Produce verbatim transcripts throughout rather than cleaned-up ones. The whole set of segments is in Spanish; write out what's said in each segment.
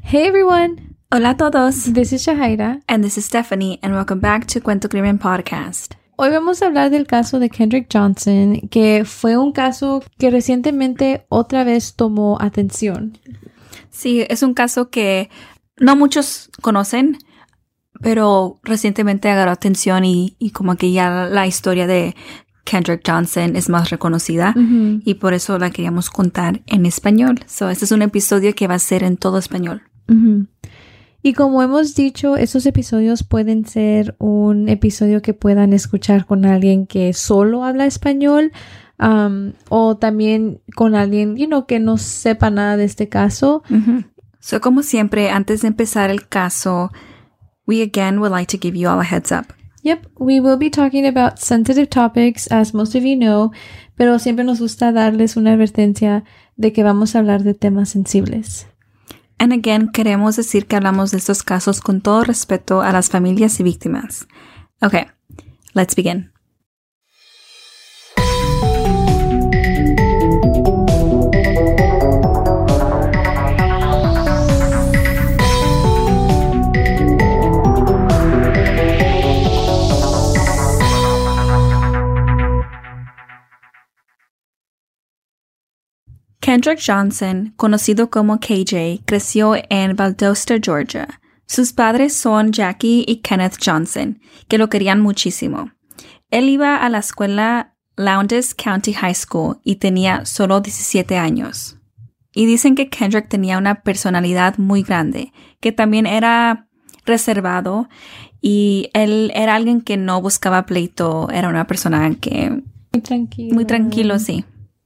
Hey everyone! Hola a todos. This is Shahaira. And this is Stephanie, and welcome back to Cuento Crimen Podcast. Hoy vamos a hablar del caso de Kendrick Johnson, que fue un caso que recientemente otra vez tomó atención. Sí, es un caso que no muchos conocen, pero recientemente agarró atención y, y como que ya la historia de Kendrick Johnson es más reconocida, uh-huh. y por eso la queríamos contar en español. So, este es un episodio que va a ser en todo español. Uh-huh. Y como hemos dicho, estos episodios pueden ser un episodio que puedan escuchar con alguien que solo habla español, um, o también con alguien, you know, que no sepa nada de este caso. Uh-huh. So, como siempre, antes de empezar el caso, we again would like to give you all a heads up. Yep, we will be talking about sensitive topics, as most of you know, pero siempre nos gusta darles una advertencia de que vamos a hablar de temas sensibles. And again, queremos decir que hablamos de estos casos con todo respeto a las familias y víctimas. Okay, let's begin. Kendrick Johnson, conocido como K J, creció en Valdosta, Georgia. Sus padres son Jackie y Kenneth Johnson, que lo querían muchísimo. Él iba a la escuela Lowndes County High School y tenía solo diecisiete años. Y dicen que Kendrick tenía una personalidad muy grande, que también era reservado, y él era alguien que no buscaba pleito, era una persona que... Muy tranquilo. Muy tranquilo, sí.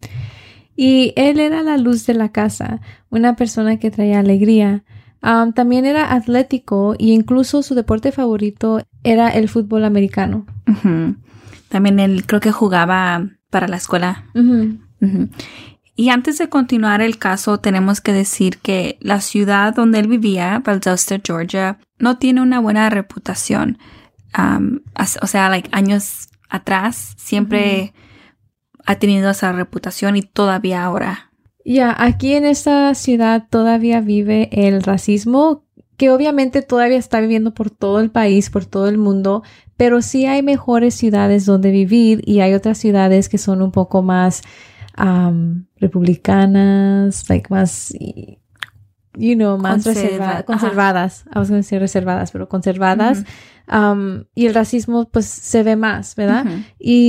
Y él era la luz de la casa, una persona que traía alegría. Um, también era atlético y incluso su deporte favorito era el fútbol americano. Uh-huh. También él creo que jugaba para la escuela. Uh-huh. Uh-huh. Y antes de continuar el caso, tenemos que decir que la ciudad donde él vivía, Valdosta, Georgia, no tiene una buena reputación. Um, o sea, like, años atrás, siempre... Uh-huh. ha tenido esa reputación y todavía ahora. Ya, yeah, aquí en esta ciudad todavía vive el racismo, que obviamente todavía está viviendo por todo el país, por todo el mundo, pero sí hay mejores ciudades donde vivir y hay otras ciudades que son un poco más um, republicanas, like más, you know, más Conserva- reserva- conservadas. I was going to say reservadas, pero conservadas. Uh-huh. Um, y el racismo pues se ve más, ¿verdad? Uh-huh.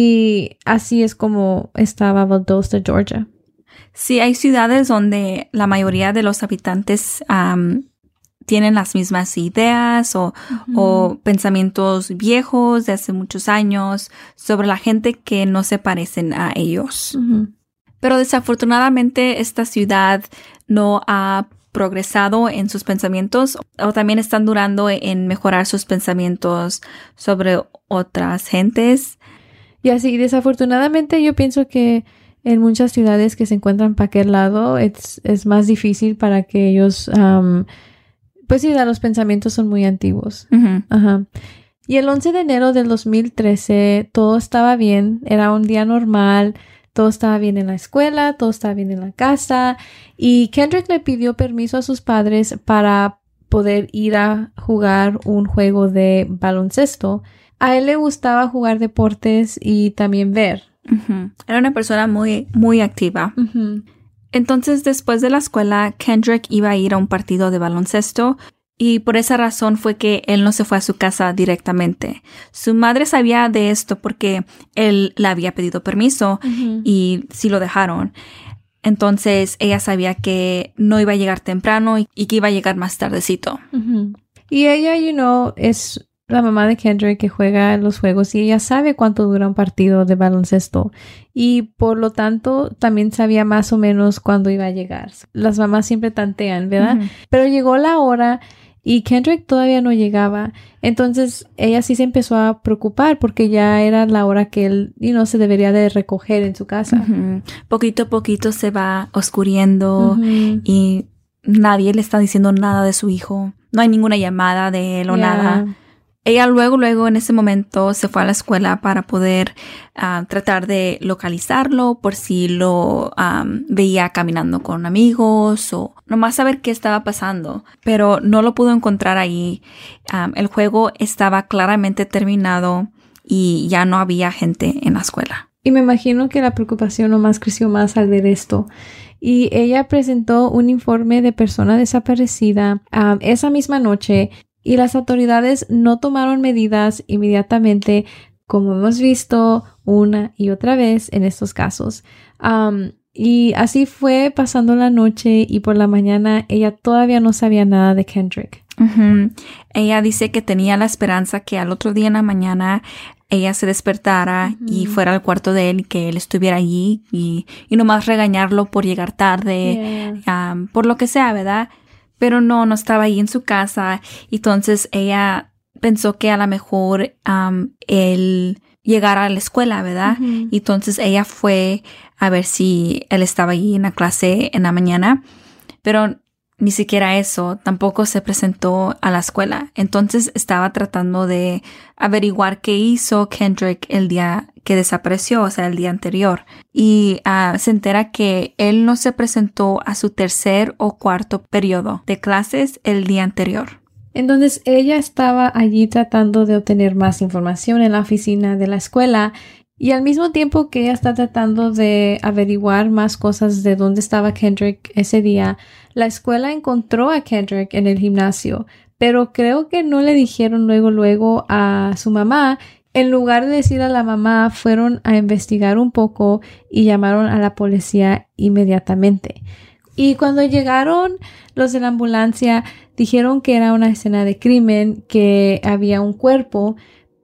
Y así es como estaba Valdosta, Georgia. Sí, hay ciudades donde la mayoría de los habitantes um, tienen las mismas ideas o, uh-huh. o pensamientos viejos de hace muchos años sobre la gente que no se parecen a ellos. Uh-huh. Pero desafortunadamente esta ciudad no ha progresado en sus pensamientos o también están durando en mejorar sus pensamientos sobre otras gentes. Y así, desafortunadamente yo pienso que en muchas ciudades que se encuentran para aquel lado es, es más difícil para que ellos, um, pues sí, los pensamientos son muy antiguos. Uh-huh. Ajá. Y el once de enero del dos mil trece todo estaba bien, era un día normal. Todo estaba bien en la escuela, todo estaba bien en la casa y Kendrick le pidió permiso a sus padres para poder ir a jugar un juego de baloncesto. A él le gustaba jugar deportes y también ver. Uh-huh. Era una persona muy, muy activa. Uh-huh. Entonces, después de la escuela, Kendrick iba a ir a un partido de baloncesto. Y por esa razón fue que él no se fue a su casa directamente. Su madre sabía de esto porque él le había pedido permiso uh-huh. y sí lo dejaron. Entonces ella sabía que no iba a llegar temprano y, y que iba a llegar más tardecito. Uh-huh. Y ella, you know, es la mamá de Kendrick que juega los juegos y ella sabe cuánto dura un partido de baloncesto. Y por lo tanto también sabía más o menos cuándo iba a llegar. Las mamás siempre tantean, ¿verdad? Uh-huh. Pero llegó la hora y Kendrick todavía no llegaba. Entonces ella sí se empezó a preocupar porque ya era la hora que él, you know, se debería de recoger en su casa. Uh-huh. Poquito a poquito se va oscureciendo uh-huh. y nadie le está diciendo nada de su hijo. No hay ninguna llamada de él o yeah. nada. ella luego, luego en ese momento se fue a la escuela para poder uh, tratar de localizarlo por si lo um, veía caminando con amigos o nomás saber qué estaba pasando. Pero no lo pudo encontrar ahí. Um, el juego estaba claramente terminado y ya no había gente en la escuela. Y me imagino que la preocupación nomás creció más al ver esto. Y ella presentó un informe de persona desaparecida um, esa misma noche. Y las autoridades no tomaron medidas inmediatamente, como hemos visto una y otra vez en estos casos. Um, y así fue pasando la noche y por la mañana ella todavía no sabía nada de Kendrick. Uh-huh. Ella dice que tenía la esperanza que al otro día en la mañana ella se despertara uh-huh. y fuera al cuarto de él y que él estuviera allí y, y nomás regañarlo por llegar tarde, yeah. um, por lo que sea, ¿verdad? Pero no, no estaba ahí en su casa. Entonces ella pensó que a lo mejor um, él llegara a la escuela, ¿verdad? Uh-huh. Entonces ella fue a ver si él estaba ahí en la clase en la mañana. Pero ni siquiera eso, tampoco se presentó a la escuela. Entonces estaba tratando de averiguar qué hizo Kendrick el día que desapareció, o sea, el día anterior. Y uh, se entera que él no se presentó a su tercer o cuarto periodo de clases el día anterior. Entonces ella estaba allí tratando de obtener más información en la oficina de la escuela. Y al mismo tiempo que ella está tratando de averiguar más cosas de dónde estaba Kendrick ese día, la escuela encontró a Kendrick en el gimnasio, pero creo que no le dijeron luego luego a su mamá. En lugar de decir a la mamá, fueron a investigar un poco y llamaron a la policía inmediatamente. Y cuando llegaron los de la ambulancia, dijeron que era una escena de crimen, que había un cuerpo,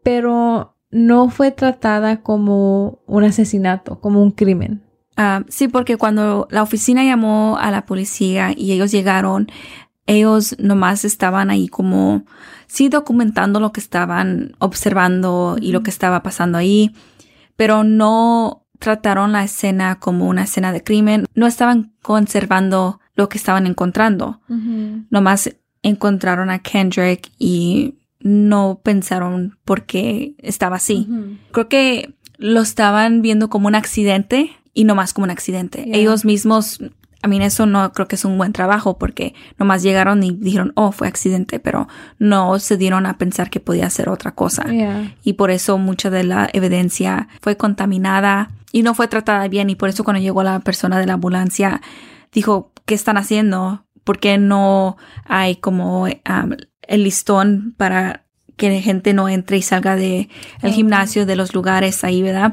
pero no fue tratada como un asesinato, como un crimen. Uh, sí, porque cuando la oficina llamó a la policía y ellos llegaron, ellos nomás estaban ahí como, sí, documentando lo que estaban observando y lo que estaba pasando ahí, pero no trataron la escena como una escena de crimen. No estaban conservando lo que estaban encontrando. Uh-huh. Nomás encontraron a Kendrick y no pensaron por qué estaba así. Uh-huh. Creo que lo estaban viendo como un accidente y no más como un accidente. Yeah. Ellos mismos, a mí eso no creo que es un buen trabajo porque nomás llegaron y dijeron, oh, fue accidente, pero no se dieron a pensar que podía ser otra cosa. Yeah. Y por eso mucha de la evidencia fue contaminada y no fue tratada bien. Y por eso cuando llegó la persona de la ambulancia, dijo, ¿qué están haciendo? ¿Por qué no hay como um, el listón para que la gente no entre y salga de el gimnasio, de los lugares ahí, ¿verdad?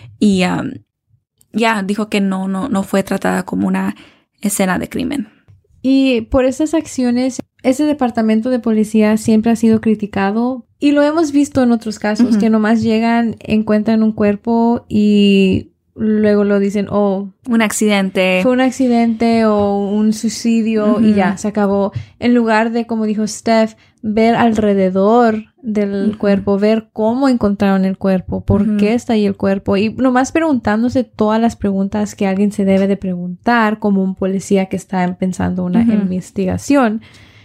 Y um, ya dijo que no, no, no fue tratada como una escena de crimen. Y por esas acciones, ese departamento de policía siempre ha sido criticado. Y lo hemos visto en otros casos, uh-huh. que nomás llegan, encuentran un cuerpo y luego lo dicen, oh, un accidente. Fue un accidente o un suicidio uh-huh. y ya, se acabó. En lugar de, como dijo Steph, ver alrededor del uh-huh. cuerpo, ver cómo encontraron el cuerpo, por uh-huh. qué está ahí el cuerpo. Y nomás preguntándose todas las preguntas que alguien se debe de preguntar como un policía que está empezando una uh-huh. investigación.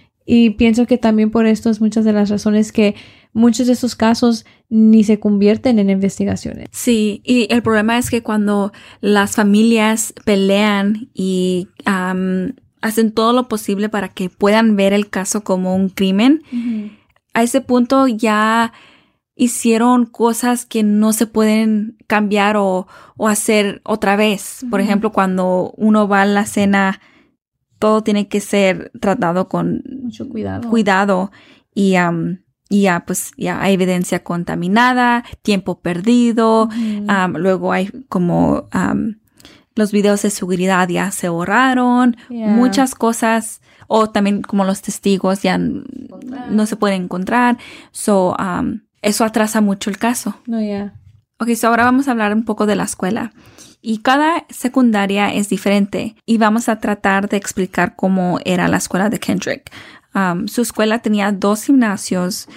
Y pienso que también por esto es muchas de las razones que muchos de estos casos ni se convierten en investigaciones. Sí, y el problema es que cuando las familias pelean y um, hacen todo lo posible para que puedan ver el caso como un crimen, uh-huh. a ese punto ya hicieron cosas que no se pueden cambiar o, o hacer otra vez. Uh-huh. Por ejemplo, cuando uno va a la cena, todo tiene que ser tratado con mucho cuidado. cuidado y um, Y ya, pues, ya hay evidencia contaminada, tiempo perdido. Mm. Um, luego hay como um, los videos de seguridad ya se borraron. Yeah. Muchas cosas. O también como los testigos ya encontrar. no se pueden encontrar. So, um, eso atrasa mucho el caso. No, yeah. Ok, so ahora vamos a hablar un poco de la escuela. Y cada secundaria es diferente. Y vamos a tratar de explicar cómo era la escuela de Kendrick. Um, su escuela tenía dos gimnasios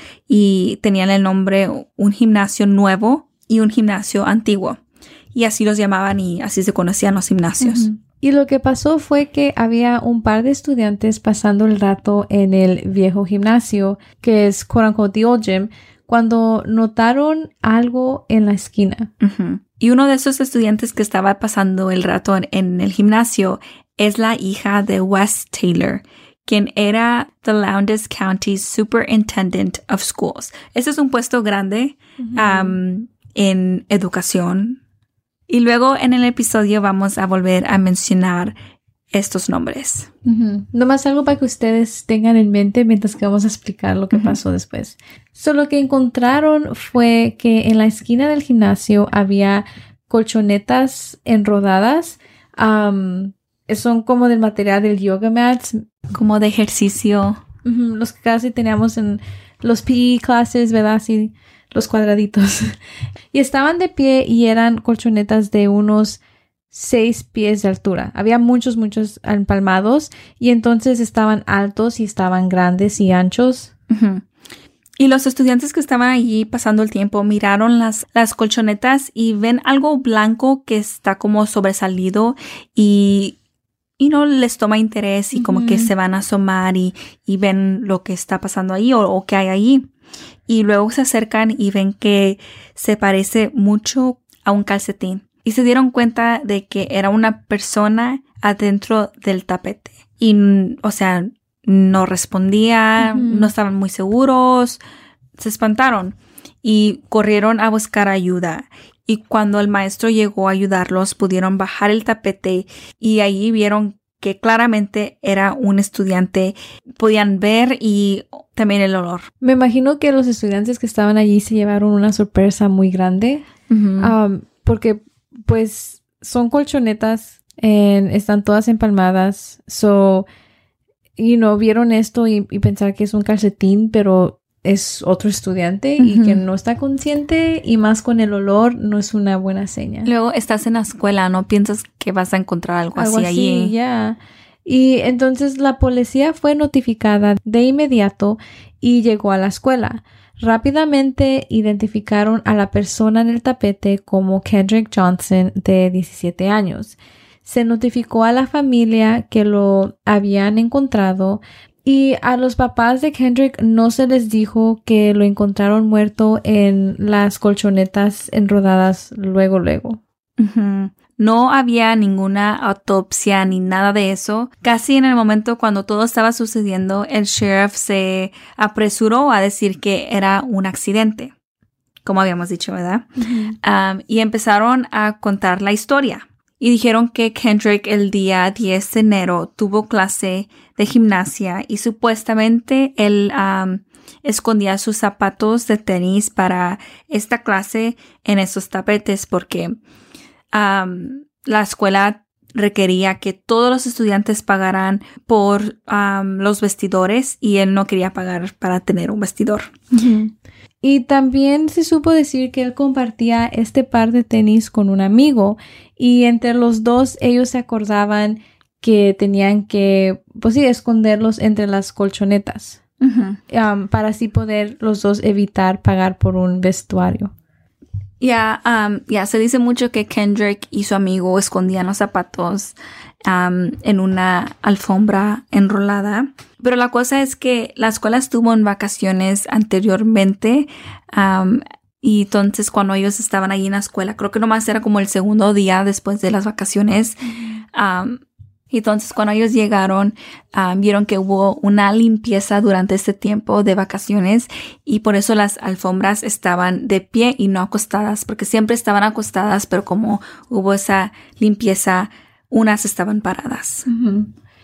y tenían el nombre un gimnasio nuevo y un gimnasio antiguo. Y así los llamaban y así se conocían los gimnasios. Uh-huh. Y lo que pasó fue que había un par de estudiantes pasando el rato en el viejo gimnasio, que es quote unquote the old gym, cuando notaron algo en la esquina. Uh-huh. Y uno de esos estudiantes que estaba pasando el rato en, en el gimnasio es la hija de Wes Taylor, quien era the Lowndes County Superintendent of Schools. Ese es un puesto grande uh-huh. um, en educación. Y luego en el episodio vamos a volver a mencionar estos nombres. Uh-huh. Nomás algo para que ustedes tengan en mente mientras que vamos a explicar lo que uh-huh. pasó después. So, lo que encontraron fue que en la esquina del gimnasio había colchonetas enrodadas. Um, son como del material del yoga mats. Como de ejercicio. Uh-huh. Los que casi teníamos en los P E classes, ¿verdad? Así, los cuadraditos. Y estaban de pie y eran colchonetas de unos seis pies de altura. Había muchos, muchos empalmados y entonces estaban altos y estaban grandes y anchos. Uh-huh. Y los estudiantes que estaban allí pasando el tiempo miraron las, las colchonetas y ven algo blanco que está como sobresalido y, y no les toma interés y uh-huh. como que se van a asomar y, y ven lo que está pasando ahí o, o que hay ahí. Y luego se acercan y ven que se parece mucho a un calcetín. Y se dieron cuenta de que era una persona adentro del tapete. Y, o sea, no respondía, uh-huh. no estaban muy seguros. Se espantaron y corrieron a buscar ayuda. Y cuando el maestro llegó a ayudarlos, pudieron bajar el tapete y ahí vieron que claramente era un estudiante. Podían ver y también el olor. Me imagino que los estudiantes que estaban allí se llevaron una sorpresa muy grande. Uh-huh. Um, porque pues son colchonetas, en, están todas empalmadas. So, you know, vieron esto y, y pensar que es un calcetín, pero es otro estudiante uh-huh. y que no está consciente y más con el olor no es una buena señal. Luego estás en la escuela, no piensas que vas a encontrar algo, algo así, así allí. ya. Yeah. Y entonces la policía fue notificada de inmediato y llegó a la escuela. Rápidamente identificaron a la persona en el tapete como Kendrick Johnson, de diecisiete años. Se notificó a la familia que lo habían encontrado y a los papás de Kendrick no se les dijo que lo encontraron muerto en las colchonetas enrodadas luego, luego. Uh-huh. No había ninguna autopsia ni nada de eso. Casi en el momento cuando todo estaba sucediendo, el sheriff se apresuró a decir que era un accidente, como habíamos dicho, ¿verdad? Uh-huh. Um, y empezaron a contar la historia. Y dijeron que Kendrick el día diez de enero tuvo clase de gimnasia y supuestamente él um, escondía sus zapatos de tenis para esta clase en esos tapetes porque Um, la escuela requería que todos los estudiantes pagaran por um, los vestidores y él no quería pagar para tener un vestidor. Uh-huh. Y también se supo decir que él compartía este par de tenis con un amigo y entre los dos ellos se acordaban que tenían que, pues sí, esconderlos entre las colchonetas uh-huh. um, para así poder los dos evitar pagar por un vestuario. Ya, yeah, um, yeah, se dice mucho que Kendrick y su amigo escondían los zapatos um, en una alfombra enrolada. Pero la cosa es que la escuela estuvo en vacaciones anteriormente um, y entonces cuando ellos estaban allí en la escuela, creo que nomás era como el segundo día después de las vacaciones. Um, Y entonces cuando ellos llegaron, um, vieron que hubo una limpieza durante este tiempo de vacaciones y por eso las alfombras estaban de pie y no acostadas, porque siempre estaban acostadas, pero como hubo esa limpieza, unas estaban paradas. Uh-huh.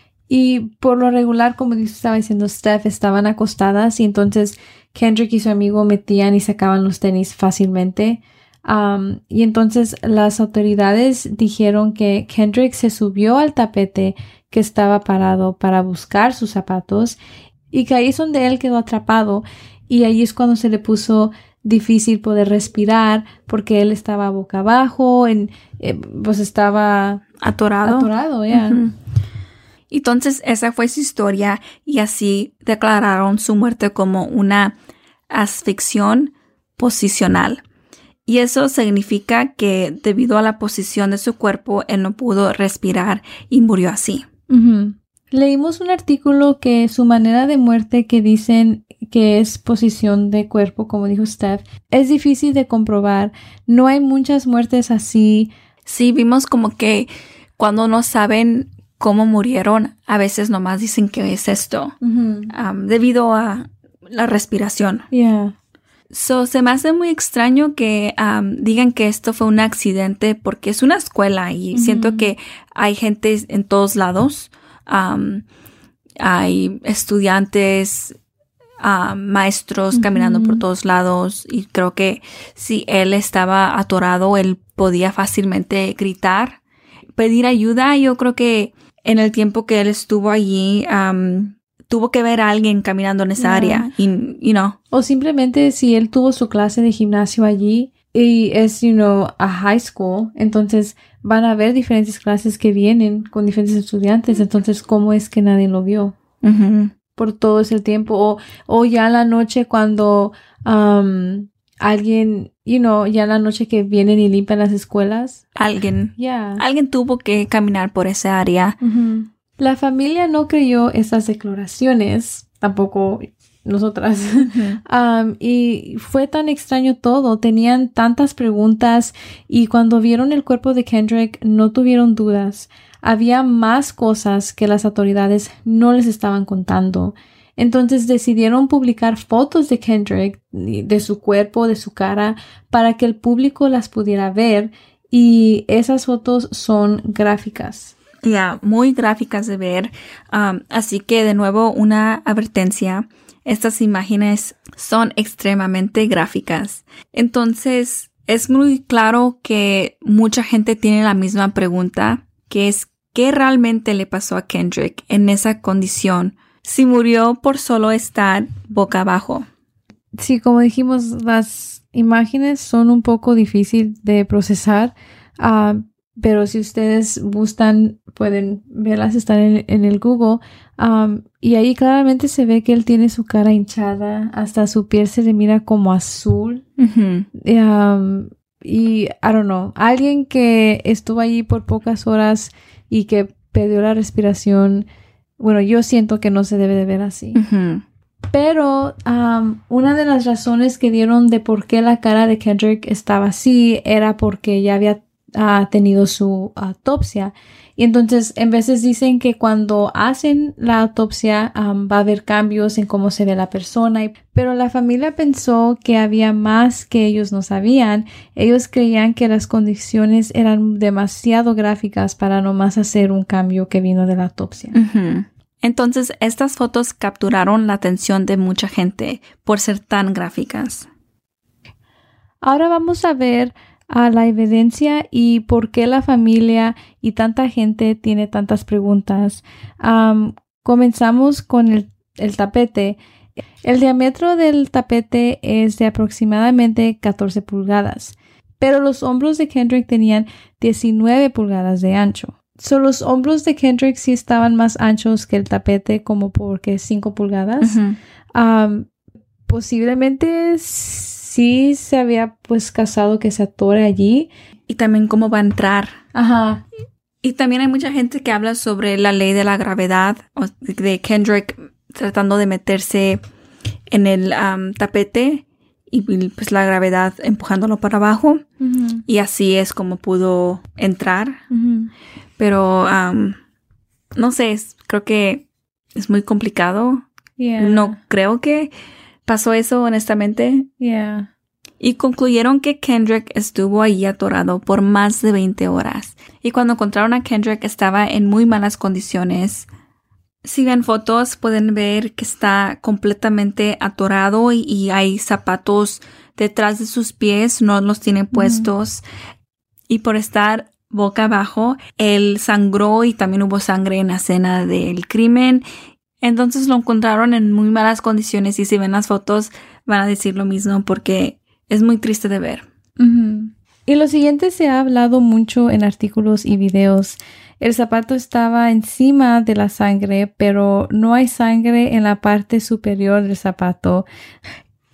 Y por lo regular, como estaba diciendo Steph, estaban acostadas y entonces Kendrick y su amigo metían y sacaban los tenis fácilmente. Um, y entonces las autoridades dijeron que Kendrick se subió al tapete que estaba parado para buscar sus zapatos y que ahí es donde él quedó atrapado y ahí es cuando se le puso difícil poder respirar porque él estaba boca abajo, en, eh, pues estaba atorado. Atorado, ya. Yeah. Uh-huh. Entonces esa fue su historia y así declararon su muerte como una asfixión posicional. Y eso significa que debido a la posición de su cuerpo, él no pudo respirar y murió así. Uh-huh. Leímos un artículo que su manera de muerte que dicen que es posición de cuerpo, como dijo Steph, es difícil de comprobar. No hay muchas muertes así. Sí, vimos como que cuando no saben cómo murieron, a veces nomás dicen que es esto, mm-hmm. um, debido a la respiración. Yeah. So, se me hace muy extraño que um, digan que esto fue un accidente porque es una escuela y mm-hmm. siento que hay gente en todos lados. Um, hay estudiantes, uh, maestros mm-hmm. caminando por todos lados y creo que si él estaba atorado, él podía fácilmente gritar, pedir ayuda. Yo creo que en el tiempo que él estuvo allí, um, tuvo que ver a alguien caminando en esa yeah. área, y, you know. O simplemente si él tuvo su clase de gimnasio allí y es, you know, a high school, entonces van a haber diferentes clases que vienen con diferentes estudiantes, entonces ¿cómo es que nadie lo vio? Uh-huh. Por todo ese tiempo, o, o ya la noche cuando um, alguien, you know, ya la noche que vienen y limpian las escuelas. Alguien, yeah. alguien tuvo que caminar por esa área. Uh-huh. La familia no creyó esas declaraciones, tampoco nosotras. Uh-huh. um, y fue tan extraño todo, tenían tantas preguntas y cuando vieron el cuerpo de Kendrick no tuvieron dudas. Había más cosas que las autoridades no les estaban contando. Entonces decidieron publicar fotos de Kendrick, de su cuerpo, de su cara, para que el público las pudiera ver y esas fotos son gráficas. Ya, yeah, muy gráficas de ver. Um, así que, de nuevo, una advertencia. Estas imágenes son extremadamente gráficas. Entonces, es muy claro que mucha gente tiene la misma pregunta, que es, ¿qué realmente le pasó a Kendrick en esa condición? Si murió por solo estar boca abajo. Sí, como dijimos, las imágenes son un poco difícil de procesar. Uh, Pero si ustedes gustan, pueden verlas, están en, en el Google. Um, y ahí claramente se ve que él tiene su cara hinchada. Hasta su piel se le mira como azul. Uh-huh. Um, y, I don't know, alguien que estuvo allí por pocas horas y que perdió la respiración, bueno, yo siento que no se debe de ver así. Uh-huh. Pero um, una de las razones que dieron de por qué la cara de Kendrick estaba así era porque ya había ha tenido su autopsia. Y entonces en veces dicen que cuando hacen la autopsia um, va a haber cambios en cómo se ve la persona. Pero la familia pensó que había más que ellos no sabían. Ellos creían que las condiciones eran demasiado gráficas para nomás hacer un cambio que vino de la autopsia. Uh-huh. Entonces estas fotos capturaron la atención de mucha gente por ser tan gráficas. Ahora vamos a ver a la evidencia y por qué la familia y tanta gente tiene tantas preguntas. Um, comenzamos con el, el tapete. El diámetro del tapete es de aproximadamente catorce pulgadas, pero los hombros de Kendrick tenían diecinueve pulgadas de ancho. So, los hombros de Kendrick sí estaban más anchos que el tapete, como porque cinco pulgadas. Uh-huh. Um, posiblemente sí se había pues casado que se atore allí. Y también cómo va a entrar. Ajá. Y también hay mucha gente que habla sobre la ley de la gravedad, o de Kendrick tratando de meterse en el um, tapete y pues la gravedad empujándolo para abajo. Uh-huh. Y así es como pudo entrar. Uh-huh. Pero um, no sé, es, creo que es muy complicado. Yeah. No creo que pasó eso, honestamente. Yeah. Y concluyeron que Kendrick estuvo allí atorado por más de veinte horas. Y cuando encontraron a Kendrick estaba en muy malas condiciones. Si ven fotos pueden ver que está completamente atorado y, y hay zapatos detrás de sus pies, no los tiene puestos. Mm-hmm. Y por estar boca abajo, él sangró y también hubo sangre en la escena del crimen. Entonces lo encontraron en muy malas condiciones y si ven las fotos van a decir lo mismo porque es muy triste de ver. Uh-huh. Y lo siguiente se ha hablado mucho en artículos y videos. El zapato estaba encima de la sangre, pero no hay sangre en la parte superior del zapato.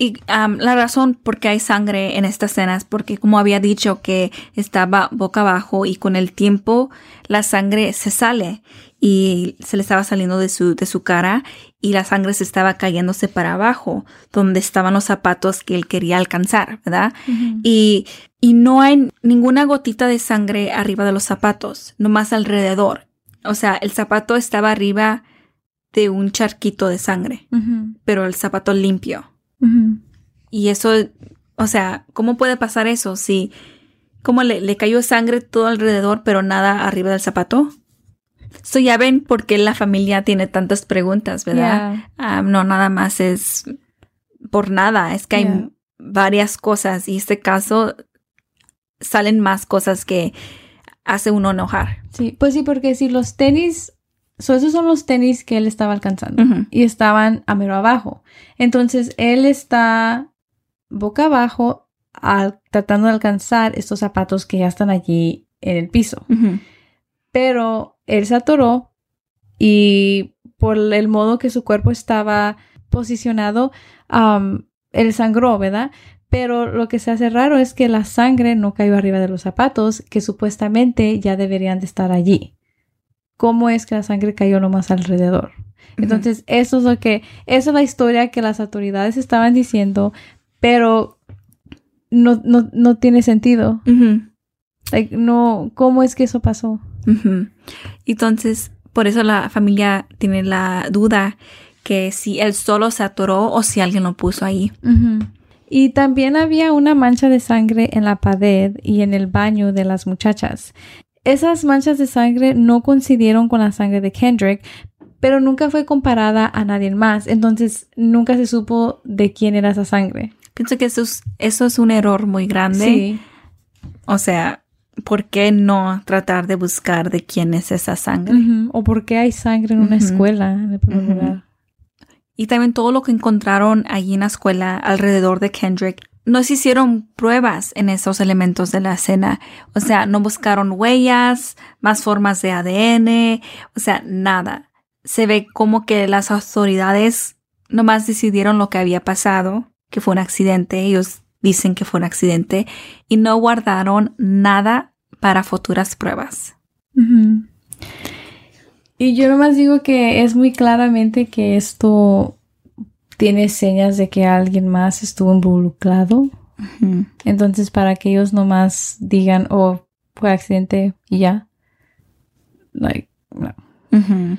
Y um, la razón por qué hay sangre en esta escena es porque, como había dicho, que estaba boca abajo y con el tiempo la sangre se sale y se le estaba saliendo de su, de su cara y la sangre se estaba cayéndose para abajo, donde estaban los zapatos que él quería alcanzar, ¿verdad? Uh-huh. Y, y no hay ninguna gotita de sangre arriba de los zapatos, nomás alrededor. O sea, el zapato estaba arriba de un charquito de sangre, uh-huh. pero el zapato limpio. Uh-huh. Y eso, o sea, ¿cómo puede pasar eso? Si, ¿cómo le, le cayó sangre todo alrededor, pero nada arriba del zapato? So ya ven por qué la familia tiene tantas preguntas, ¿verdad? Yeah. Um, no, nada más es por nada. Es que hay yeah. varias cosas y en este caso salen más cosas que hace uno enojar. Sí, pues sí, porque si los tenis... So, esos son los tenis que él estaba alcanzando uh-huh. y estaban a mero abajo. Entonces, él está boca abajo al, tratando de alcanzar estos zapatos que ya están allí en el piso. Uh-huh. Pero él se atoró y por el modo que su cuerpo estaba posicionado, um, él sangró, ¿verdad? Pero lo que se hace raro es que la sangre no cayó arriba de los zapatos, que supuestamente ya deberían de estar allí. ¿Cómo es que la sangre cayó nomás alrededor? Uh-huh. Entonces, eso es lo que, esa es la historia que las autoridades estaban diciendo, pero no, no, no tiene sentido. Uh-huh. Like, no, ¿cómo es que eso pasó? Uh-huh. Entonces, por eso la familia tiene la duda que si él solo se atoró o si alguien lo puso ahí. Uh-huh. Y también había una mancha de sangre en la pared y en el baño de las muchachas. Esas manchas de sangre no coincidieron con la sangre de Kendrick, pero nunca fue comparada a nadie más. Entonces, nunca se supo de quién era esa sangre. Pienso que eso es, eso es un error muy grande. Sí. O sea, ¿por qué no tratar de buscar de quién es esa sangre? Uh-huh. O por qué hay sangre en una uh-huh. escuela, en el primer uh-huh. lugar. Y también todo lo que encontraron allí en la escuela alrededor de Kendrick. No se hicieron pruebas en esos elementos de la escena. O sea, no buscaron huellas, más formas de A D N, o sea, nada. Se ve como que las autoridades nomás decidieron lo que había pasado, que fue un accidente. Ellos dicen que fue un accidente y no guardaron nada para futuras pruebas. Uh-huh. Y yo nomás digo que es muy claramente que esto tiene señas de que alguien más estuvo involucrado. Uh-huh. Entonces, para que ellos nomás digan, oh, fue accidente y ya. Like, no. Uh-huh.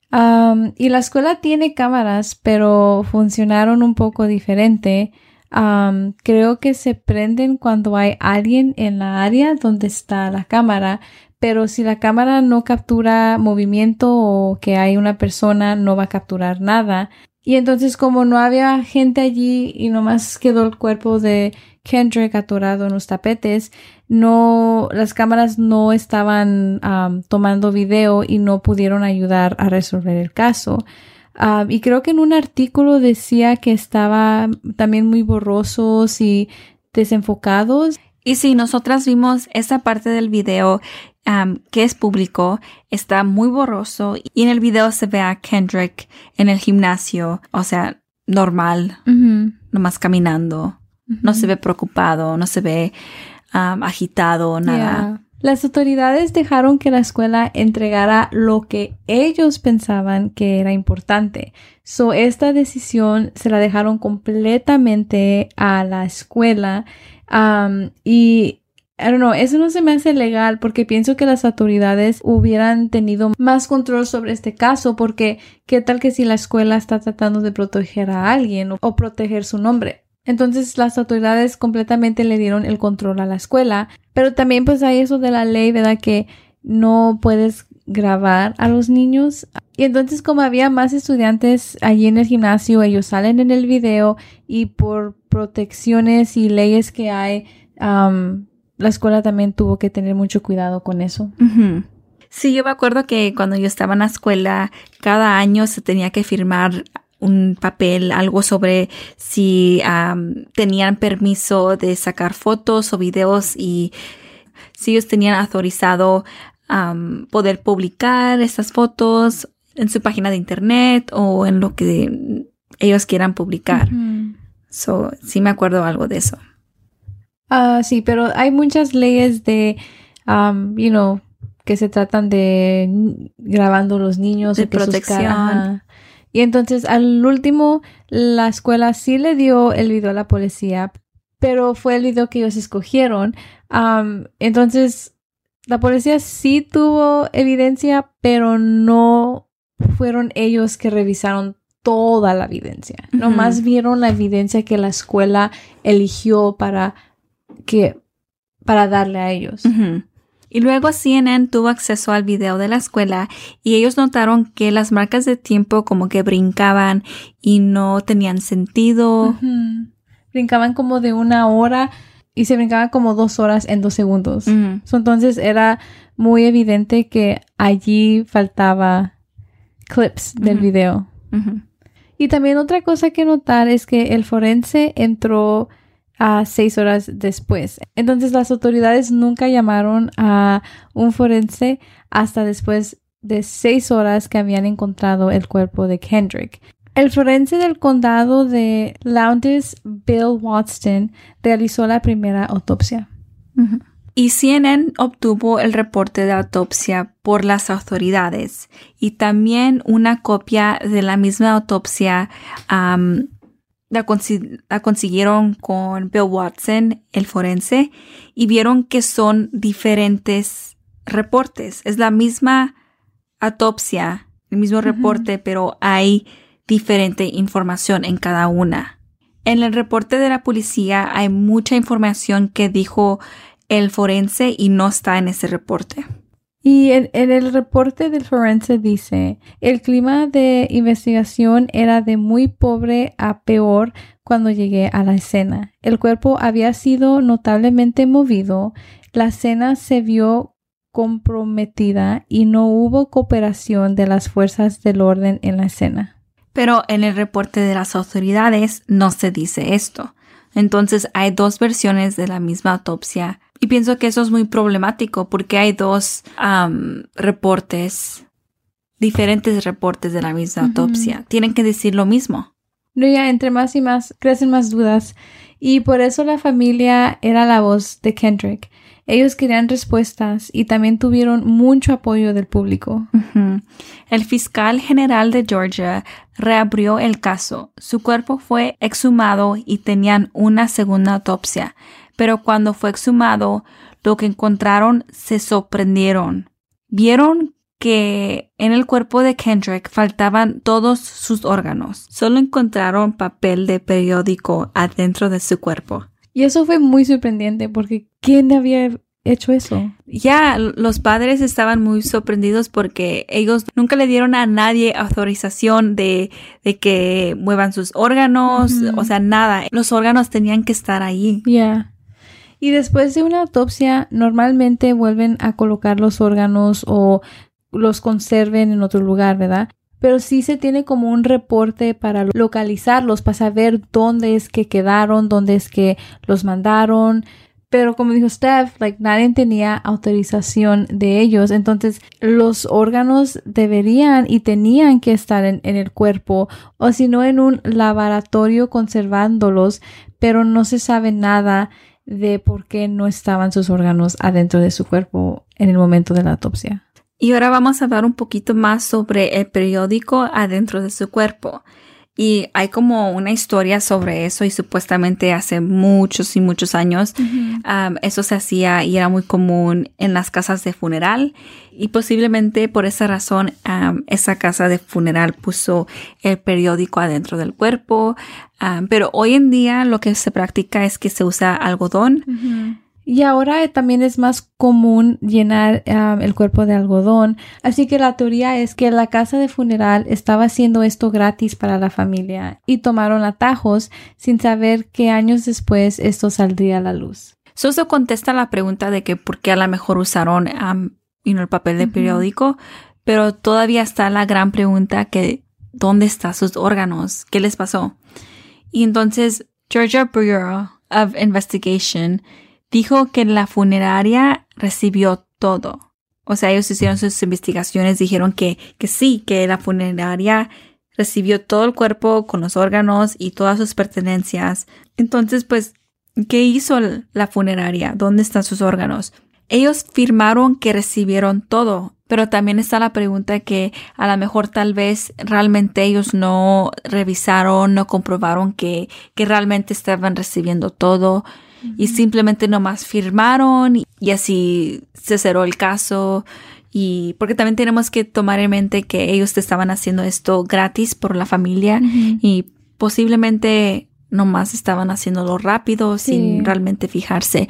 Um, y la escuela tiene cámaras, pero funcionaron un poco diferente. Um, creo que se prenden cuando hay alguien en la área donde está la cámara, pero si la cámara no captura movimiento o que hay una persona, no va a capturar nada. Y entonces, como no había gente allí y nomás quedó el cuerpo de Kendrick atorado en los tapetes, no, las cámaras no estaban um, tomando video y no pudieron ayudar a resolver el caso. Um, y creo que en un artículo decía que estaba también muy borrosos y desenfocados. Y sí, nosotras vimos esa parte del video um, que es público, está muy borroso y en el video se ve a Kendrick en el gimnasio, o sea, normal, uh-huh. nomás caminando, uh-huh. no se ve preocupado, no se ve um, agitado, nada. Yeah. Las autoridades dejaron que la escuela entregara lo que ellos pensaban que era importante. So, esta decisión se la dejaron completamente a la escuela. Um, y, I don't know, eso no se me hace legal porque pienso que las autoridades hubieran tenido más control sobre este caso porque ¿qué tal que si la escuela está tratando de proteger a alguien o, o proteger su nombre? Entonces las autoridades completamente le dieron el control a la escuela, pero también pues hay eso de la ley, ¿verdad? Que no puedes grabar a los niños. Y entonces como había más estudiantes allí en el gimnasio, ellos salen en el video y por protecciones y leyes que hay, um, la escuela también tuvo que tener mucho cuidado con eso. Uh-huh. Sí, yo me acuerdo que cuando yo estaba en la escuela, cada año se tenía que firmar un papel, algo sobre si um, tenían permiso de sacar fotos o videos y si ellos tenían autorizado um, poder publicar estas fotos en su página de internet o en lo que ellos quieran publicar. Uh-huh. So, sí me acuerdo algo de eso. Ah, uh, sí, pero hay muchas leyes de, um, you know, que se tratan de grabando los niños. De o que protección. Sus caras, y entonces, al último, la escuela sí le dio el video a la policía, pero fue el video que ellos escogieron. Um, entonces, la policía sí tuvo evidencia, pero no fueron ellos que revisaron toda la evidencia. Uh-huh. Nomás vieron la evidencia que la escuela eligió para, que, para darle a ellos. Uh-huh. Y luego C N N tuvo acceso al video de la escuela y ellos notaron que las marcas de tiempo como que brincaban y no tenían sentido. Uh-huh. Brincaban como de una hora y se brincaban como dos horas en dos segundos. Uh-huh. So, entonces era muy evidente que allí faltaba clips del uh-huh. video. Uh-huh. Y también otra cosa que notar es que el forense entró a seis horas después. Entonces las autoridades nunca llamaron a un forense hasta después de seis horas que habían encontrado el cuerpo de Kendrick. El forense del condado de Lowndes, Bill Watson, realizó la primera autopsia. Uh-huh. Y C N N obtuvo el reporte de autopsia por las autoridades y también una copia de la misma autopsia um, La, consi- la consiguieron con Bill Watson, el forense, y vieron que son diferentes reportes. Es la misma autopsia, el mismo uh-huh. reporte, pero hay diferente información en cada una. En el reporte de la policía hay mucha información que dijo el forense y no está en ese reporte. Y en, en el reporte del forense dice, el clima de investigación era de muy pobre a peor cuando llegué a la escena. El cuerpo había sido notablemente movido, la escena se vio comprometida y no hubo cooperación de las fuerzas del orden en la escena. Pero en el reporte de las autoridades no se dice esto. Entonces hay dos versiones de la misma autopsia. Y pienso que eso es muy problemático porque hay dos um, reportes, diferentes reportes de la misma uh-huh. autopsia. Tienen que decir lo mismo. No, ya entre más y más crecen más dudas. Y por eso la familia era la voz de Kendrick. Ellos querían respuestas y también tuvieron mucho apoyo del público. Uh-huh. El fiscal general de Georgia reabrió el caso. Su cuerpo fue exhumado y tenían una segunda autopsia. Pero cuando fue exhumado, lo que encontraron se sorprendieron. Vieron que en el cuerpo de Kendrick faltaban todos sus órganos. Solo encontraron papel de periódico adentro de su cuerpo. Y eso fue muy sorprendente porque ¿quién había hecho eso? Ya, los padres estaban muy sorprendidos porque ellos nunca le dieron a nadie autorización de, de que muevan sus órganos, uh-huh. o sea, nada. Los órganos tenían que estar ahí. Ya. Yeah. Y después de una autopsia, normalmente vuelven a colocar los órganos o los conserven en otro lugar, ¿verdad? Pero sí se tiene como un reporte para localizarlos, para saber dónde es que quedaron, dónde es que los mandaron. Pero como dijo Steph, like, nadie tenía autorización de ellos. Entonces, los órganos deberían y tenían que estar en, en el cuerpo o si no en un laboratorio conservándolos, pero no se sabe nada de por qué no estaban sus órganos adentro de su cuerpo en el momento de la autopsia. Y ahora vamos a hablar un poquito más sobre el periódico adentro de su cuerpo. Y hay como una historia sobre eso y supuestamente hace muchos y muchos años uh-huh. um, eso se hacía y era muy común en las casas de funeral y posiblemente por esa razón um, esa casa de funeral puso el periódico adentro del cuerpo. Um, pero hoy en día lo que se practica es que se usa algodón. Uh-huh. Y ahora también es más común llenar um, el cuerpo de algodón. Así que la teoría es que la casa de funeral estaba haciendo esto gratis para la familia y tomaron atajos sin saber que años después esto saldría a la luz. So, eso contesta la pregunta de que por qué a lo mejor usaron um, you know, el papel de periódico, uh-huh. pero todavía está la gran pregunta que ¿dónde están sus órganos? ¿Qué les pasó? Y entonces Georgia Bureau of Investigation dijo que la funeraria recibió todo. O sea, ellos hicieron sus investigaciones, dijeron que, que sí, que la funeraria recibió todo el cuerpo con los órganos y todas sus pertenencias. Entonces, pues, ¿qué hizo la funeraria? ¿Dónde están sus órganos? Ellos firmaron que recibieron todo, pero también está la pregunta que a lo mejor tal vez realmente ellos no revisaron, no comprobaron que, que realmente estaban recibiendo todo uh-huh. y simplemente nomás firmaron y, y así se cerró el caso. Y porque también tenemos que tomar en mente que ellos estaban haciendo esto gratis por la familia uh-huh. y posiblemente nomás estaban haciéndolo rápido sí. sin realmente fijarse.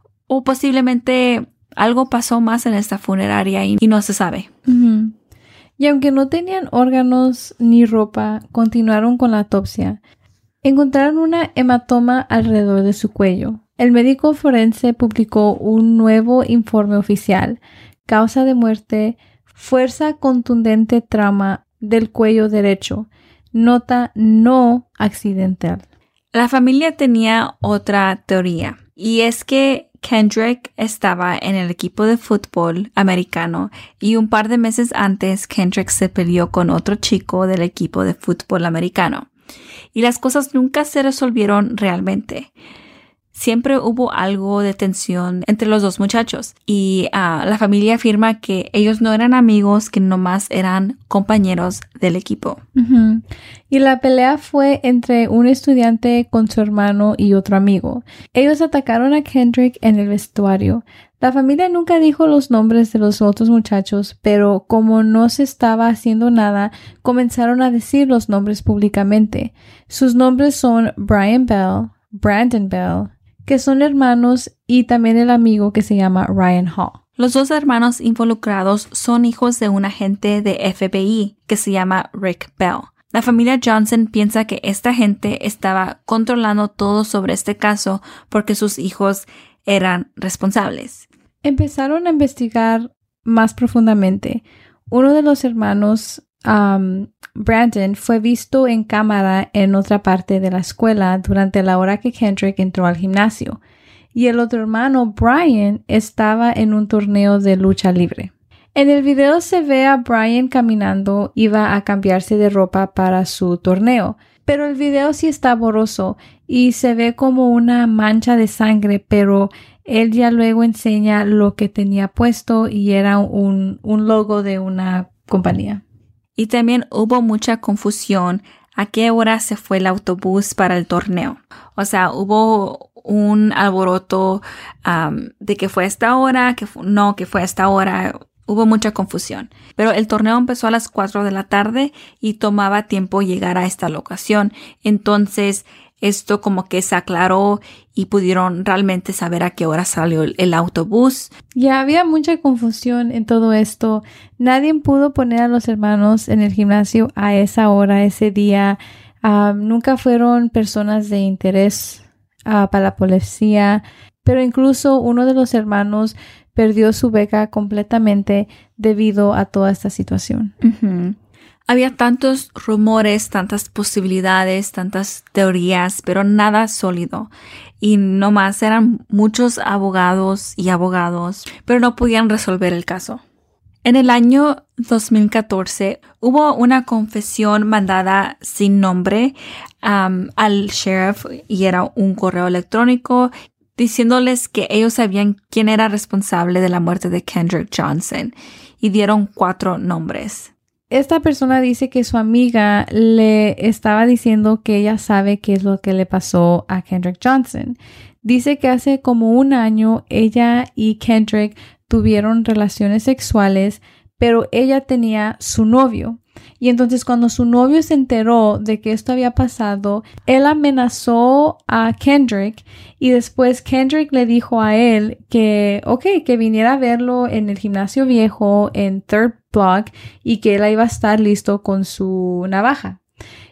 O posiblemente algo pasó más en esta funeraria y, y no se sabe. Uh-huh. Y aunque no tenían órganos ni ropa, continuaron con la autopsia. Encontraron una hematoma alrededor de su cuello. El médico forense publicó un nuevo informe oficial. Causa de muerte, fuerza contundente trauma del cuello derecho. Nota no accidental. La familia tenía otra teoría. Y es que Kendrick estaba en el equipo de fútbol americano y un par de meses antes Kendrick se peleó con otro chico del equipo de fútbol americano. Y las cosas nunca se resolvieron realmente. Siempre hubo algo de tensión entre los dos muchachos y uh, la familia afirma que ellos no eran amigos, que nomás eran compañeros del equipo. Uh-huh. Y la pelea fue entre un estudiante con su hermano y otro amigo. Ellos atacaron a Kendrick en el vestuario. La familia nunca dijo los nombres de los otros muchachos, pero como no se estaba haciendo nada, comenzaron a decir los nombres públicamente. Sus nombres son Brian Bell, Brandon Bell, que son hermanos, y también el amigo que se llama Ryan Hall. Los dos hermanos involucrados son hijos de un agente de F B I que se llama Rick Bell. La familia Johnson piensa que esta gente estaba controlando todo sobre este caso porque sus hijos eran responsables. Empezaron a investigar más profundamente. Uno de los hermanos, um, Brandon, fue visto en cámara en otra parte de la escuela durante la hora que Kendrick entró al gimnasio. Y el otro hermano, Brian, estaba en un torneo de lucha libre. En el video se ve a Brian caminando, iba a cambiarse de ropa para su torneo, pero el video sí está borroso y se ve como una mancha de sangre, pero él ya luego enseña lo que tenía puesto y era un, un logo de una compañía. Y también hubo mucha confusión a qué hora se fue el autobús para el torneo. O sea, hubo un alboroto um, de que fue a esta hora, que fu- no, que fue a esta hora. Hubo mucha confusión. Pero el torneo empezó a las cuatro de la tarde y tomaba tiempo llegar a esta locación. Entonces, esto como que se aclaró y pudieron realmente saber a qué hora salió el, el autobús. Ya había mucha confusión en todo esto. Nadie pudo poner a los hermanos en el gimnasio a esa hora, ese día. Uh, nunca fueron personas de interés uh, para la policía, pero incluso uno de los hermanos perdió su beca completamente debido a toda esta situación. Uh-huh. Había tantos rumores, tantas posibilidades, tantas teorías, pero nada sólido. Y nomás eran muchos abogados y abogados, pero no podían resolver el caso. En el año dos mil catorce hubo una confesión mandada sin nombre um, al sheriff y era un correo electrónico diciéndoles que ellos sabían quién era responsable de la muerte de Kendrick Johnson y dieron cuatro nombres. Esta persona dice que su amiga le estaba diciendo que ella sabe qué es lo que le pasó a Kendrick Johnson. Dice que hace como un año ella y Kendrick tuvieron relaciones sexuales, pero ella tenía su novio. Y entonces cuando su novio se enteró de que esto había pasado, él amenazó a Kendrick y después Kendrick le dijo a él que, ok, que viniera a verlo en el gimnasio viejo en Third Block y que él iba a estar listo con su navaja.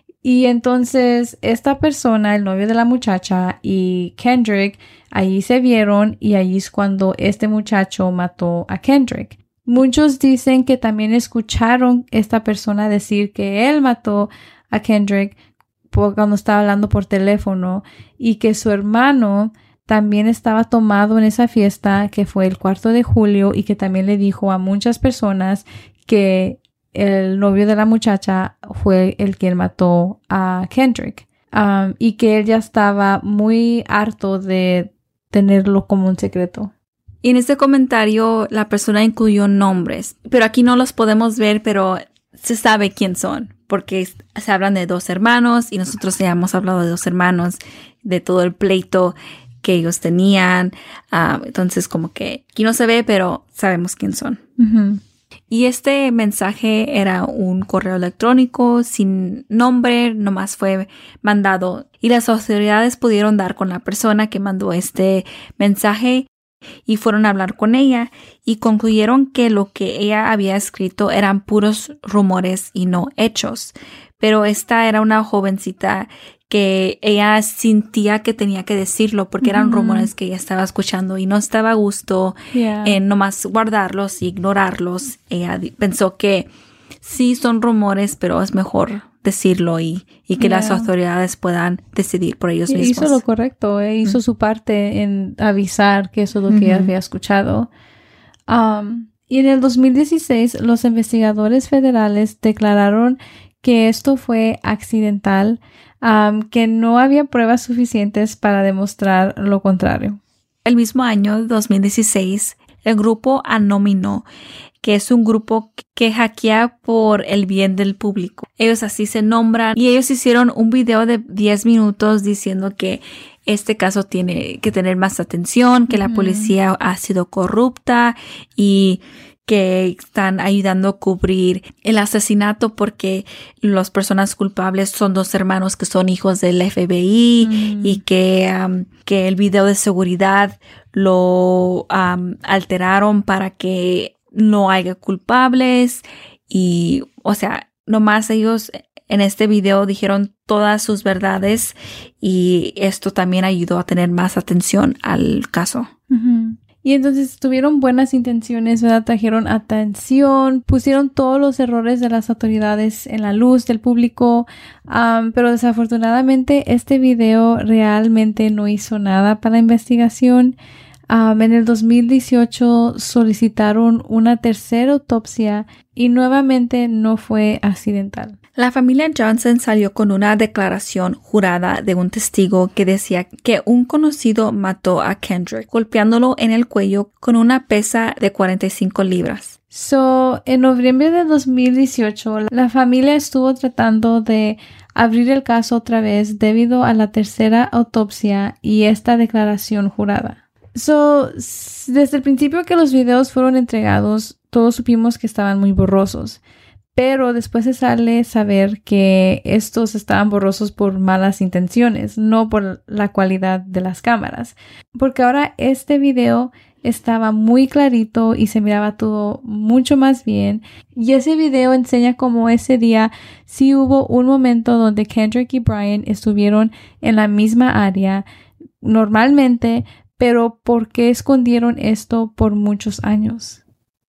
Y entonces esta persona, el novio de la muchacha y Kendrick, allí se vieron y allí es cuando este muchacho mató a Kendrick. Muchos dicen que también escucharon esta persona decir que él mató a Kendrick cuando estaba hablando por teléfono y que su hermano también estaba tomado en esa fiesta que fue el cuarto de julio y que también le dijo a muchas personas que el novio de la muchacha fue el que mató a Kendrick. Um, y que él ya estaba muy harto de tenerlo como un secreto. Y en este comentario la persona incluyó nombres, pero aquí no los podemos ver, pero se sabe quién son, porque se hablan de dos hermanos y nosotros ya hemos hablado de dos hermanos, de todo el pleito que ellos tenían. Uh, entonces como que aquí no se ve, pero sabemos quién son. Uh-huh. Y este mensaje era un correo electrónico sin nombre, nomás fue mandado y las autoridades pudieron dar con la persona que mandó este mensaje y fueron a hablar con ella y concluyeron que lo que ella había escrito eran puros rumores y no hechos. Pero esta era una jovencita que ella sentía que tenía que decirlo porque eran mm. rumores que ella estaba escuchando y no estaba a gusto yeah. en nomás guardarlos y ignorarlos. Ella pensó que sí son rumores, pero es mejor decirlo y, y que yeah. las autoridades puedan decidir por ellos y mismos. Hizo lo correcto, eh, hizo mm. su parte en avisar que eso es lo mm-hmm. que ella había escuchado. Um, y en el dos mil dieciséis, los investigadores federales declararon que esto fue accidental, um, que no había pruebas suficientes para demostrar lo contrario. El mismo año, dos mil dieciséis, el grupo Anónimo, que es un grupo que hackea por el bien del público. Ellos así se nombran y ellos hicieron un video de diez minutos diciendo que este caso tiene que tener más atención, que mm. la policía ha sido corrupta y que están ayudando a cubrir el asesinato porque las personas culpables son dos hermanos que son hijos del F B I mm. y que, um, que el video de seguridad lo um, alteraron para que no haya culpables y, o sea, nomás ellos en este video dijeron todas sus verdades y esto también ayudó a tener más atención al caso. Mm-hmm. Y entonces tuvieron buenas intenciones, ¿verdad? Trajeron atención, pusieron todos los errores de las autoridades en la luz del público, um, pero desafortunadamente este video realmente no hizo nada para la investigación. Um, en el dos mil dieciocho solicitaron una tercera autopsia y nuevamente no fue accidental. La familia Johnson salió con una declaración jurada de un testigo que decía que un conocido mató a Kendrick golpeándolo en el cuello con una pesa de cuarenta y cinco libras. So, en noviembre de dos mil dieciocho, la familia estuvo tratando de abrir el caso otra vez debido a la tercera autopsia y esta declaración jurada. So, desde el principio que los videos fueron entregados, todos supimos que estaban muy borrosos. Pero después se sale saber que estos estaban borrosos por malas intenciones, no por la calidad de las cámaras. Porque ahora este video estaba muy clarito y se miraba todo mucho más bien. Y ese video enseña cómo ese día sí hubo un momento donde Kendrick y Brian estuvieron en la misma área normalmente, pero ¿por qué escondieron esto por muchos años?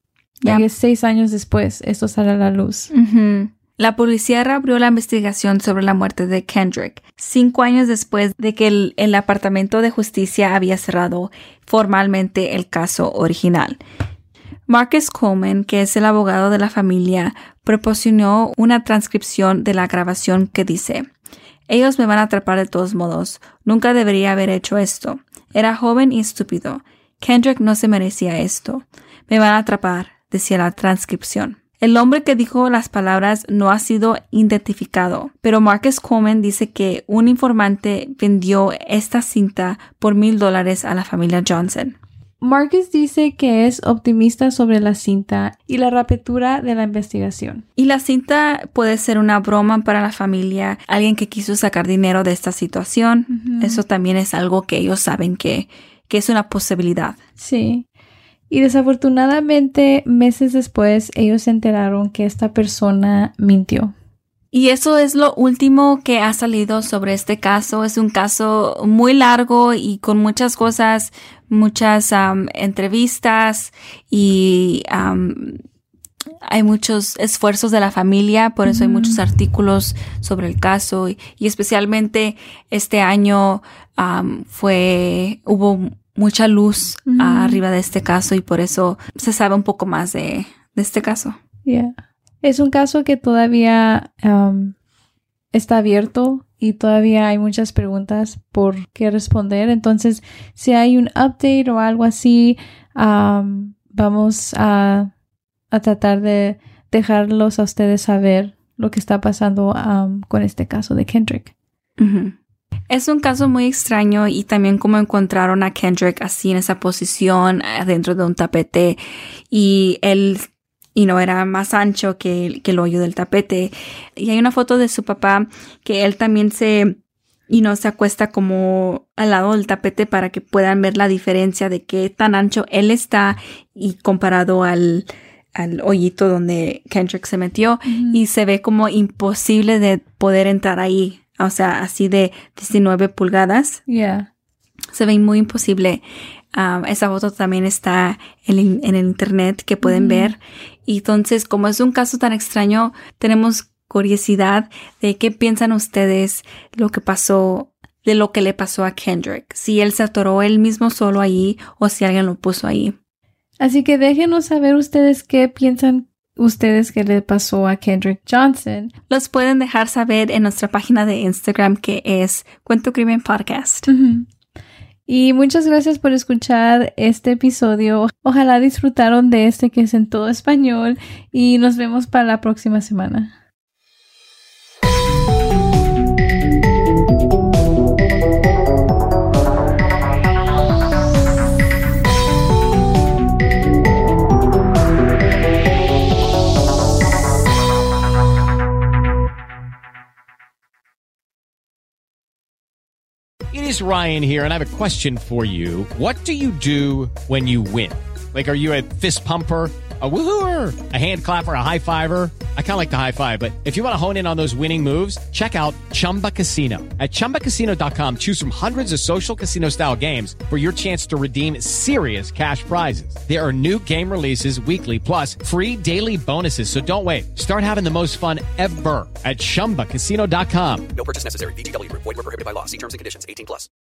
Ya que seis años después esto sale a la luz. Uh-huh. La policía reabrió la investigación sobre la muerte de Kendrick, cinco años después de que el, el Departamento de Justicia había cerrado formalmente el caso original. Marcus Coleman, que es el abogado de la familia, proporcionó una transcripción de la grabación que dice: «Ellos me van a atrapar de todos modos. Nunca debería haber hecho esto. Era joven y estúpido. Kendrick no se merecía esto. Me van a atrapar», decía la transcripción. El hombre que dijo las palabras no ha sido identificado, pero Marcus Coleman dice que un informante vendió esta cinta por mil dólares a la familia Johnson. Marcus dice que es optimista sobre la cinta y la reapertura de la investigación. Y la cinta puede ser una broma para la familia, alguien que quiso sacar dinero de esta situación. Uh-huh. Eso también es algo que ellos saben que, que es una posibilidad. Sí. Y desafortunadamente, meses después, ellos se enteraron que esta persona mintió. Y eso es lo último que ha salido sobre este caso. Es un caso muy largo y con muchas cosas, muchas um, entrevistas y um, hay muchos esfuerzos de la familia. Por eso mm. hay muchos artículos sobre el caso y, y especialmente este año um, fue hubo mucha luz uh, arriba de este caso y por eso se sabe un poco más de, de este caso. Yeah. Es un caso que todavía um, está abierto y todavía hay muchas preguntas por qué responder. Entonces, si hay un update o algo así, um, vamos a, a tratar de dejarlos a ustedes saber lo que está pasando um, con este caso de Kendrick. Uh-huh. Es un caso muy extraño y también cómo encontraron a Kendrick así en esa posición adentro de un tapete y él y no era más ancho que el, que el hoyo del tapete. Y hay una foto de su papá que él también se, y no se acuesta como al lado del tapete para que puedan ver la diferencia de qué tan ancho él está y comparado al, al hoyito donde Kendrick se metió. Mm-hmm. Y se ve como imposible de poder entrar ahí. O sea, así de diecinueve pulgadas. Yeah. Se ve muy imposible. Um, esa foto también está en, en el internet que pueden mm. ver. Y entonces, como es un caso tan extraño, tenemos curiosidad de qué piensan ustedes lo que pasó, de lo que le pasó a Kendrick. Si él se atoró él mismo solo ahí o si alguien lo puso ahí. Así que déjenos saber ustedes qué piensan ustedes que le pasó a Kendrick Johnson. Los pueden dejar saber en nuestra página de Instagram que es Cuento Crimen Podcast. Mm-hmm. Y muchas gracias por escuchar este episodio. Ojalá disfrutaron de este que es en todo español y nos vemos para la próxima semana. It is Ryan here, and I have a question for you. What do you do when you win? Like, are you a fist pumper, a woohooer, a hand clapper, a high fiver? I kind of like the high five, but if you want to hone in on those winning moves, check out Chumba Casino. At chumba casino dot com, choose from hundreds of social casino-style games for your chance to redeem serious cash prizes. There are new game releases weekly, plus free daily bonuses, so don't wait. Start having the most fun ever at chumba casino dot com. No purchase necessary. V G W. Void where prohibited by law. See terms and conditions. eighteen plus.